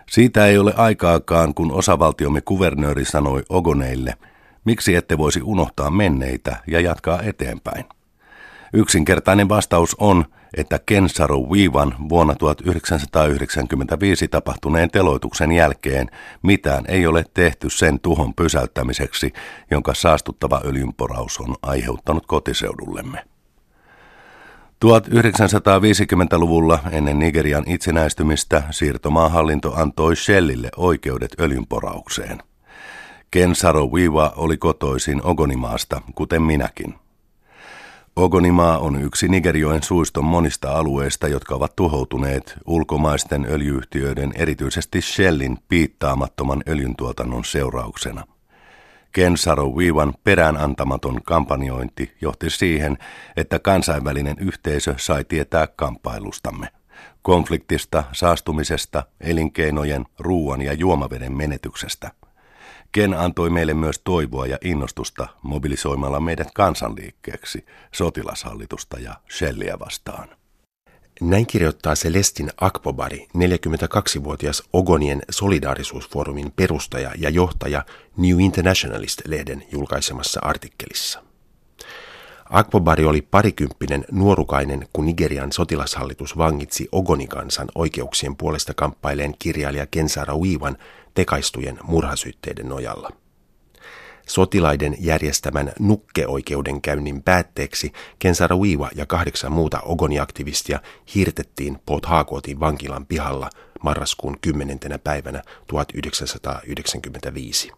Siitä ei ole aikaakaan, kun osavaltiomme kuvernööri sanoi Ogoneille, miksi ette voisi unohtaa menneitä ja jatkaa eteenpäin. Yksinkertainen vastaus on, että Ken Saro-Wiwan vuonna 1995 tapahtuneen teloituksen jälkeen mitään ei ole tehty sen tuhon pysäyttämiseksi, jonka saastuttava öljynporaus on aiheuttanut kotiseudullemme. 1950-luvulla ennen Nigerian itsenäistymistä siirtomaahallinto antoi Shellille oikeudet öljynporaukseen. Ken Saro-Wiwa oli kotoisin Ogonimaasta, kuten minäkin. Ogonimaa on yksi Nigerijoen suiston monista alueista, jotka ovat tuhoutuneet ulkomaisten öljyyhtiöiden, erityisesti Shellin, piittaamattoman öljyntuotannon seurauksena. Ken Saro-Wiwan peräänantamaton kampanjointi johti siihen, että kansainvälinen yhteisö sai tietää kamppailustamme. Konfliktista, saastumisesta, elinkeinojen, ruoan ja juomaveden menetyksestä. Ken antoi meille myös toivoa ja innostusta mobilisoimalla meidät kansanliikkeeksi, sotilashallitusta ja Shelliä vastaan. Näin kirjoittaa Celestin Akpobari, 42-vuotias Ogonien solidaarisuusfoorumin perustaja ja johtaja New Internationalist-lehden julkaisemassa artikkelissa. Akpobari oli parikymppinen nuorukainen, kun Nigerian sotilashallitus vangitsi Ogonikansan oikeuksien puolesta kamppaileen kirjailija Ken Saro-Wiwan tekaistujen murhasyytteiden nojalla. Sotilaiden järjestämän nukkeoikeudenkäynnin päätteeksi Ken Saro-Wiwa ja 8 muuta Ogoni-aktivistia hirtettiin Port Harcourtin vankilan pihalla marraskuun 10. päivänä 1995.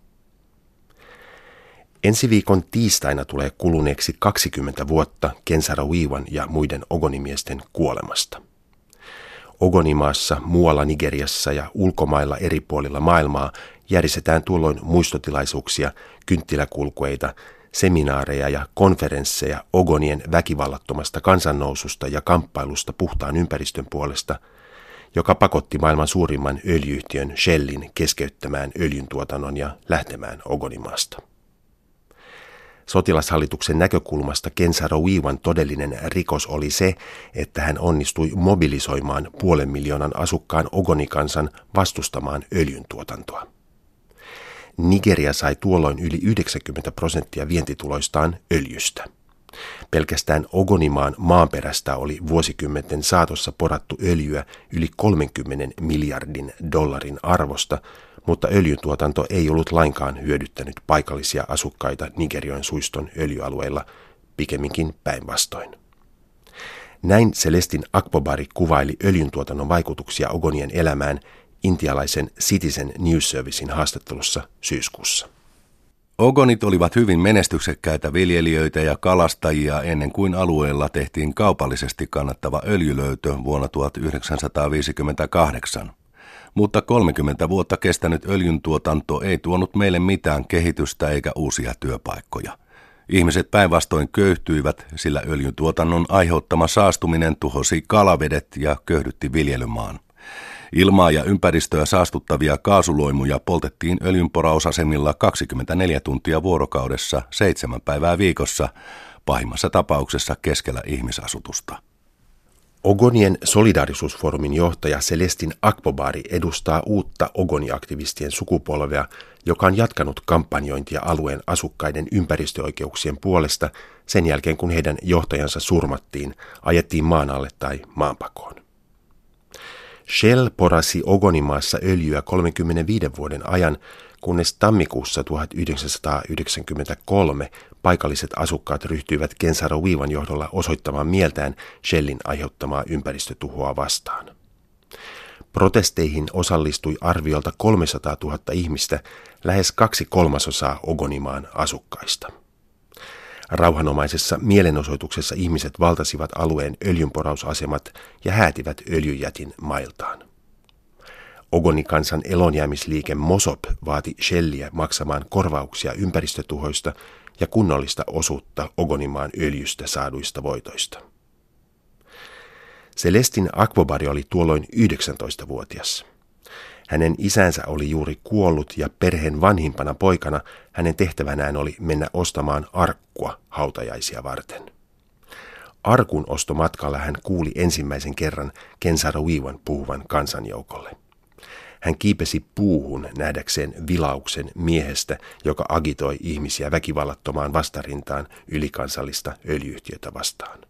Ensi viikon tiistaina tulee kuluneeksi 20 vuotta Ken Saro-Wiwan ja muiden ogonimiesten kuolemasta. Ogonimaassa, muualla Nigeriassa ja ulkomailla eri puolilla maailmaa järjestetään tuolloin muistotilaisuuksia, kynttiläkulkueita, seminaareja ja konferensseja Ogonien väkivallattomasta kansannoususta ja kamppailusta puhtaan ympäristön puolesta, joka pakotti maailman suurimman öljyyhtiön Shellin keskeyttämään öljyntuotannon ja lähtemään Ogonimaasta. Sotilashallituksen näkökulmasta Ken Saro-Wiwan todellinen rikos oli se, että hän onnistui mobilisoimaan 500,000 asukkaan Ogonikansan vastustamaan öljyntuotantoa. Nigeria sai tuolloin yli 90% vientituloistaan öljystä. Pelkästään Ogonimaan maanperästä oli vuosikymmenten saatossa porattu öljyä yli 30 miljardin dollarin arvosta, mutta öljyntuotanto ei ollut lainkaan hyödyttänyt paikallisia asukkaita Nigerian suiston öljyalueilla, pikemminkin päinvastoin. Näin Celestin Akpobari kuvaili öljyntuotannon vaikutuksia Ogonien elämään intialaisen Citizen News Servicein haastattelussa syyskuussa. Ogonit olivat hyvin menestyksekkäitä viljelijöitä ja kalastajia ennen kuin alueella tehtiin kaupallisesti kannattava öljylöytö vuonna 1958. Mutta 30 vuotta kestänyt öljyntuotanto ei tuonut meille mitään kehitystä eikä uusia työpaikkoja. Ihmiset päinvastoin köyhtyivät, sillä öljyntuotannon aiheuttama saastuminen tuhosi kalavedet ja köyhdytti viljelymaan. Ilmaa ja ympäristöä saastuttavia kaasuloimuja poltettiin öljynporausasemilla 24 tuntia vuorokaudessa, 7 päivää viikossa, pahimmassa tapauksessa keskellä ihmisasutusta. Ogonien solidaarisuusfoorumin johtaja Celestin Akpobari edustaa uutta Ogoni-aktivistien sukupolvea, joka on jatkanut kampanjointia alueen asukkaiden ympäristöoikeuksien puolesta sen jälkeen, kun heidän johtajansa surmattiin, ajettiin maan alle tai maanpakoon. Shell porasi Ogonimaassa öljyä 35 vuoden ajan, kunnes tammikuussa 1993 paikalliset asukkaat ryhtyivät Ken Saro-Wiwan johdolla osoittamaan mieltään Shellin aiheuttamaa ympäristötuhoa vastaan. Protesteihin osallistui arviolta 300 000 ihmistä, lähes 2/3 Ogonimaan asukkaista. Rauhanomaisessa mielenosoituksessa ihmiset valtasivat alueen öljynporausasemat ja häätivät öljyjätin mailtaan. Ogonikansan elonjäämisliike Mosop vaati Shelliä maksamaan korvauksia ympäristötuhoista ja kunnollista osuutta Ogonimaan öljystä saaduista voitoista. Celestin Akpobari oli tuolloin 19-vuotias. Hänen isänsä oli juuri kuollut ja perheen vanhimpana poikana hänen tehtävänään oli mennä ostamaan arkkua hautajaisia varten. Arkun ostomatkalla hän kuuli ensimmäisen kerran Ken Saro-Wiwan puhuvan kansanjoukolle. Hän kiipesi puuhun nähdäkseen vilauksen miehestä, joka agitoi ihmisiä väkivallattomaan vastarintaan ylikansallista öljyyhtiötä vastaan.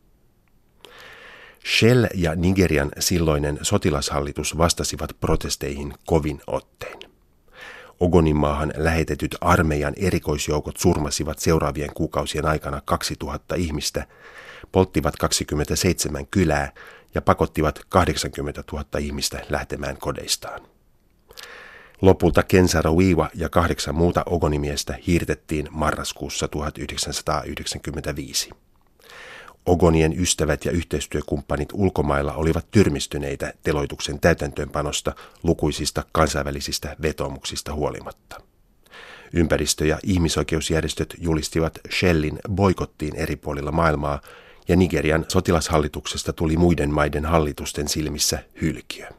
Shell ja Nigerian silloinen sotilashallitus vastasivat protesteihin kovin ottein. Ogoninmaahan lähetetyt armeijan erikoisjoukot surmasivat seuraavien kuukausien aikana 2000 ihmistä, polttivat 27 kylää ja pakottivat 80 000 ihmistä lähtemään kodeistaan. Lopulta Kensarawiwa ja 8 muuta ogonimiestä hiirtettiin marraskuussa 1995. Ogonien ystävät ja yhteistyökumppanit ulkomailla olivat tyrmistyneitä teloituksen täytäntöönpanosta lukuisista kansainvälisistä vetoomuksista huolimatta. Ympäristö- ja ihmisoikeusjärjestöt julistivat Shellin boikottiin eri puolilla maailmaa, ja Nigerian sotilashallituksesta tuli muiden maiden hallitusten silmissä hylkiö.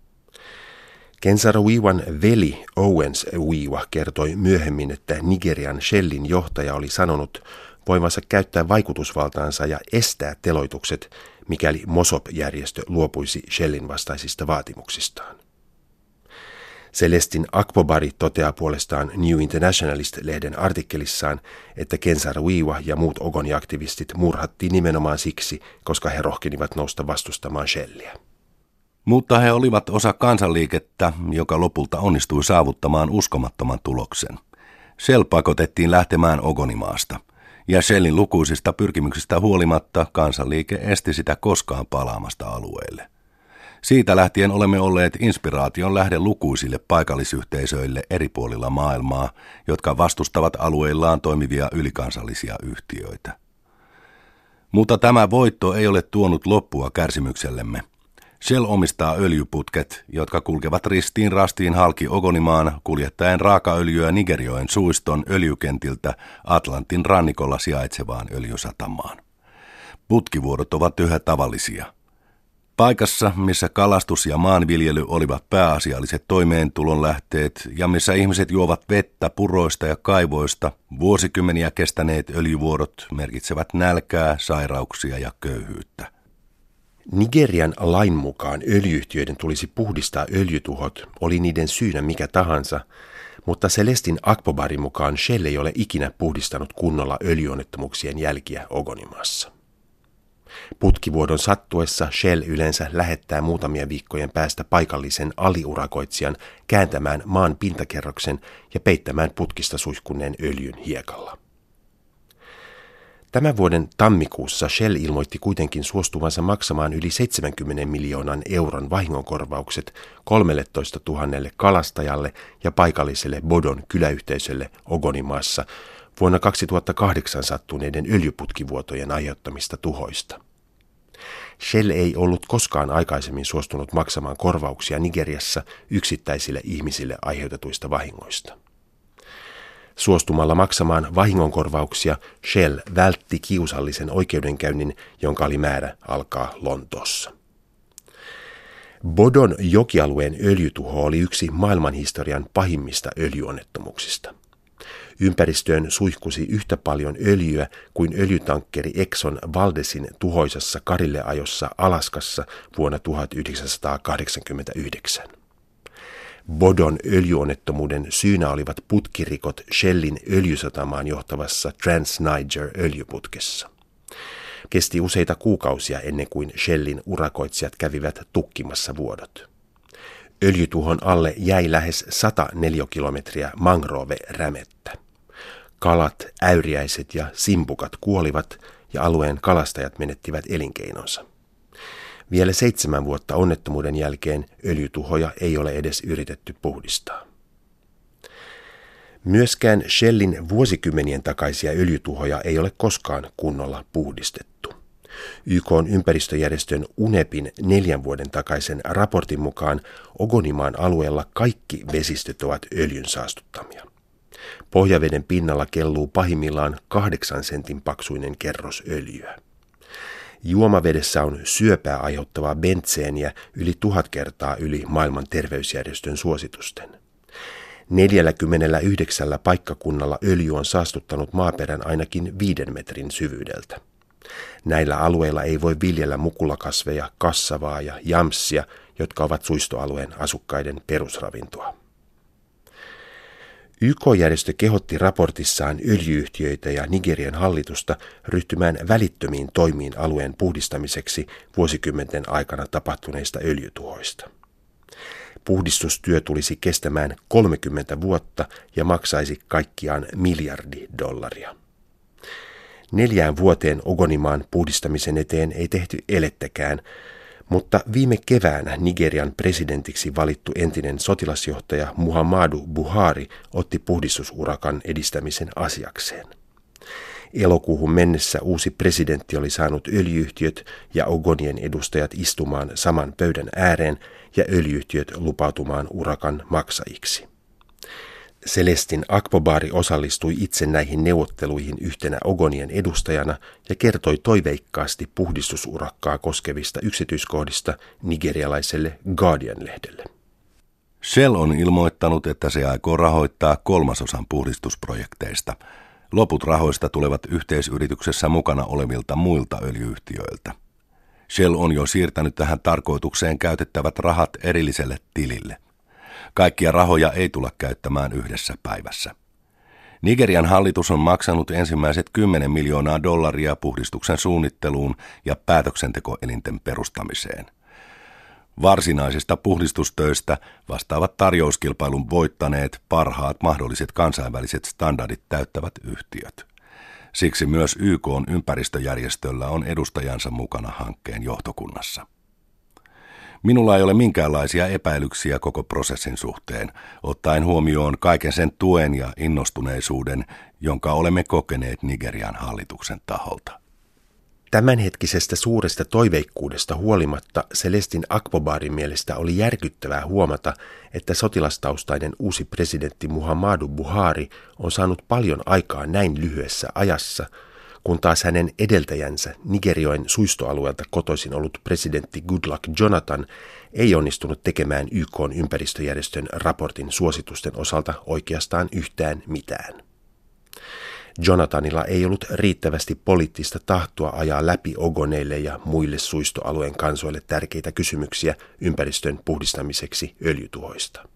Kensarawiwan veli Owens Wiwa kertoi myöhemmin, että Nigerian Shellin johtaja oli sanonut voivansa käyttää vaikutusvaltaansa ja estää teloitukset, mikäli Mossop-järjestö luopuisi Shellin vastaisista vaatimuksistaan. Celestin Akpobari toteaa puolestaan New Internationalist-lehden artikkelissaan, että Kensarawiwa ja muut Ogoni-aktivistit murhattiin nimenomaan siksi, koska he rohkenivat nousta vastustamaan Shelliä. Mutta he olivat osa kansanliikettä, joka lopulta onnistui saavuttamaan uskomattoman tuloksen. Shell pakotettiin lähtemään Ogonimaasta, ja Shellin lukuisista pyrkimyksistä huolimatta kansanliike esti sitä koskaan palaamasta alueelle. Siitä lähtien olemme olleet inspiraation lähde lukuisille paikallisyhteisöille eri puolilla maailmaa, jotka vastustavat alueillaan toimivia ylikansallisia yhtiöitä. Mutta tämä voitto ei ole tuonut loppua kärsimyksellemme. Shell omistaa öljyputket, jotka kulkevat ristiin rastiin halki Ogonimaan kuljettaen raakaöljyä Nigerjoen suiston öljykentiltä Atlantin rannikolla sijaitsevaan öljysatamaan. Putkivuodot ovat yhä tavallisia. Paikassa, missä kalastus ja maanviljely olivat pääasialliset toimeentulon lähteet ja missä ihmiset juovat vettä puroista ja kaivoista, vuosikymmeniä kestäneet öljyvuodot merkitsevät nälkää, sairauksia ja köyhyyttä. Nigerian lain mukaan öljyyhtiöiden tulisi puhdistaa öljytuhot, oli niiden syynä mikä tahansa, mutta Celestin Akpobarin mukaan Shell ei ole ikinä puhdistanut kunnolla öljyonnettomuuksien jälkiä Ogonimaassa. Putkivuodon sattuessa Shell yleensä lähettää muutamia viikkojen päästä paikallisen aliurakoitsijan kääntämään maan pintakerroksen ja peittämään putkista suihkunneen öljyn hiekalla. Tämän vuoden tammikuussa Shell ilmoitti kuitenkin suostuvansa maksamaan yli 70 miljoonan euron vahingonkorvaukset 13 000 kalastajalle ja paikalliselle Bodon kyläyhteisölle Ogonimaassa vuonna 2008 sattuneiden öljyputkivuotojen aiheuttamista tuhoista. Shell ei ollut koskaan aikaisemmin suostunut maksamaan korvauksia Nigeriassa yksittäisille ihmisille aiheutetuista vahingoista. Suostumalla maksamaan vahingonkorvauksia Shell vältti kiusallisen oikeudenkäynnin, jonka oli määrä alkaa Lontoossa. Bodon jokialueen öljytuho oli yksi maailmanhistorian pahimmista öljyonnettomuuksista. Ympäristöön suihkusi yhtä paljon öljyä kuin öljytankkeri Exxon Valdesin tuhoisassa karilleajossa Alaskassa vuonna 1989. Bodon öljyonnettomuuden syynä olivat putkirikot Shellin öljysatamaan johtavassa Trans-Niger-öljyputkessa. Kesti useita kuukausia ennen kuin Shellin urakoitsijat kävivät tukkimassa vuodot. Öljytuhon alle jäi lähes 100 neliökilometriä mangrove-rämettä. Kalat, äyriäiset ja simpukat kuolivat ja alueen kalastajat menettivät elinkeinonsa. Vielä 7 vuotta onnettomuuden jälkeen öljytuhoja ei ole edes yritetty puhdistaa. Myöskään Shellin vuosikymmenien takaisia öljytuhoja ei ole koskaan kunnolla puhdistettu. YK:n ympäristöjärjestön UNEPin 4 vuoden takaisen raportin mukaan Ogonimaan alueella kaikki vesistöt ovat öljyn saastuttamia. Pohjaveden pinnalla kelluu pahimmillaan 8 sentin paksuinen kerros öljyä. Juomavedessä on syöpää aiheuttavaa bentseeniä yli 1000 kertaa yli maailman terveysjärjestön suositusten. 49 paikkakunnalla öljy on saastuttanut maaperän ainakin 5 metrin syvyydeltä. Näillä alueilla ei voi viljellä mukulakasveja, kassavaa ja jamssia, jotka ovat suistoalueen asukkaiden perusravintoa. YK-järjestö kehotti raportissaan öljyyhtiöitä ja Nigerian hallitusta ryhtymään välittömiin toimiin alueen puhdistamiseksi vuosikymmenten aikana tapahtuneista öljytuhoista. Puhdistustyö tulisi kestämään 30 vuotta ja maksaisi kaikkiaan $1 miljardi. 4 vuoteen Ogonimaan puhdistamisen eteen ei tehty elettäkään, mutta viime keväänä Nigerian presidentiksi valittu entinen sotilasjohtaja Muhammadu Buhari otti puhdistusurakan edistämisen asiakseen. Elokuuhun mennessä uusi presidentti oli saanut öljyyhtiöt ja Ogonien edustajat istumaan saman pöydän ääreen ja öljyyhtiöt lupautumaan urakan maksajiksi. Celestin Akpobari osallistui itse näihin neuvotteluihin yhtenä Ogonien edustajana ja kertoi toiveikkaasti puhdistusurakkaa koskevista yksityiskohdista nigerialaiselle Guardian-lehdelle. Shell on ilmoittanut, että se aikoo rahoittaa 1/3 puhdistusprojekteista. Loput rahoista tulevat yhteisyrityksessä mukana olevilta muilta öljyyhtiöiltä. Shell on jo siirtänyt tähän tarkoitukseen käytettävät rahat erilliselle tilille. Kaikkia rahoja ei tulla käyttämään yhdessä päivässä. Nigerian hallitus on maksanut ensimmäiset $10 miljoonaa puhdistuksen suunnitteluun ja päätöksentekoelinten perustamiseen. Varsinaisista puhdistustöistä vastaavat tarjouskilpailun voittaneet parhaat mahdolliset kansainväliset standardit täyttävät yhtiöt. Siksi myös YK:n ympäristöjärjestöllä on edustajansa mukana hankkeen johtokunnassa. Minulla ei ole minkäänlaisia epäilyksiä koko prosessin suhteen, ottaen huomioon kaiken sen tuen ja innostuneisuuden, jonka olemme kokeneet Nigerian hallituksen taholta. Tämänhetkisestä suuresta toiveikkuudesta huolimatta Celestin Akpobarin mielestä oli järkyttävää huomata, että sotilastaustainen uusi presidentti Muhammadu Buhari on saanut paljon aikaa näin lyhyessä ajassa, kun taas hänen edeltäjänsä Nigerioin suistoalueelta kotoisin ollut presidentti Goodluck Jonathan ei onnistunut tekemään YK:n ympäristöjärjestön raportin suositusten osalta oikeastaan yhtään mitään. Jonathanilla ei ollut riittävästi poliittista tahtoa ajaa läpi Ogoneille ja muille suistoalueen kansoille tärkeitä kysymyksiä ympäristön puhdistamiseksi öljytuhoista.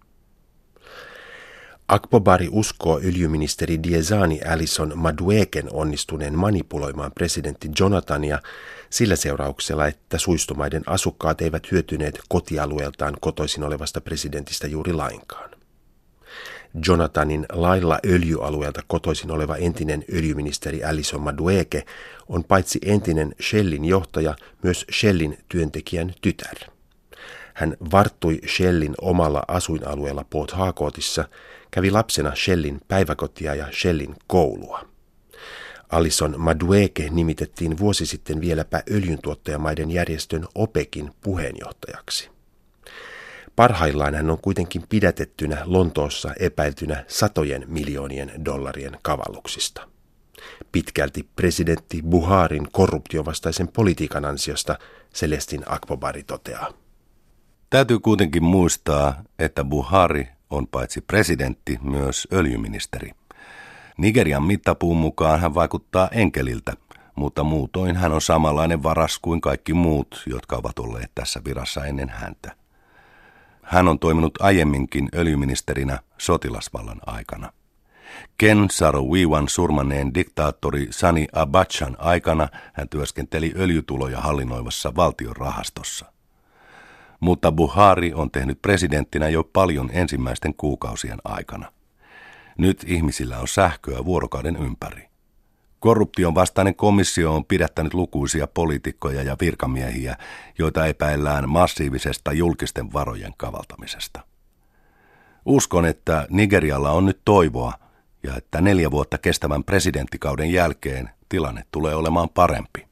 Akpobari uskoo öljyministeri Diezani Alison Madueken onnistuneen manipuloimaan presidentti Jonathania sillä seurauksella, että suistomaiden asukkaat eivät hyötyneet kotialueeltaan kotoisin olevasta presidentistä juuri lainkaan. Jonathanin lailla öljyalueelta kotoisin oleva entinen öljyministeri Alison Madueke on paitsi entinen Shellin johtaja, myös Shellin työntekijän tytär. Hän varttui Shellin omalla asuinalueella Port Harcourtissa, kävi lapsena Shellin päiväkotia ja Shellin koulua. Alison Madueke nimitettiin vuosi sitten vieläpä öljyntuottajamaiden järjestön OPECin puheenjohtajaksi. Parhaillaan hän on kuitenkin pidätettynä Lontoossa epäiltynä $100 miljoonien kavalluksista. Pitkälti presidentti Buharin korruptiovastaisen politiikan ansiosta, Celestin Akpobari toteaa. Täytyy kuitenkin muistaa, että Buhari on paitsi presidentti myös öljyministeri. Nigerian mittapuun mukaan hän vaikuttaa enkeliltä, mutta muutoin hän on samanlainen varas kuin kaikki muut, jotka ovat olleet tässä virassa ennen häntä. Hän on toiminut aiemminkin öljyministerinä sotilasvallan aikana. Ken Saro-Wiwan surmanneen diktaattori Sani Abachan aikana hän työskenteli öljytuloja hallinnoivassa valtion rahastossa. Mutta Buhari on tehnyt presidenttinä jo paljon ensimmäisten kuukausien aikana. Nyt ihmisillä on sähköä vuorokauden ympäri. Korruption vastainen komissio on pidättänyt lukuisia poliitikkoja ja virkamiehiä, joita epäillään massiivisesta julkisten varojen kavaltamisesta. Uskon, että Nigerialla on nyt toivoa ja että 4 vuotta kestävän presidenttikauden jälkeen tilanne tulee olemaan parempi.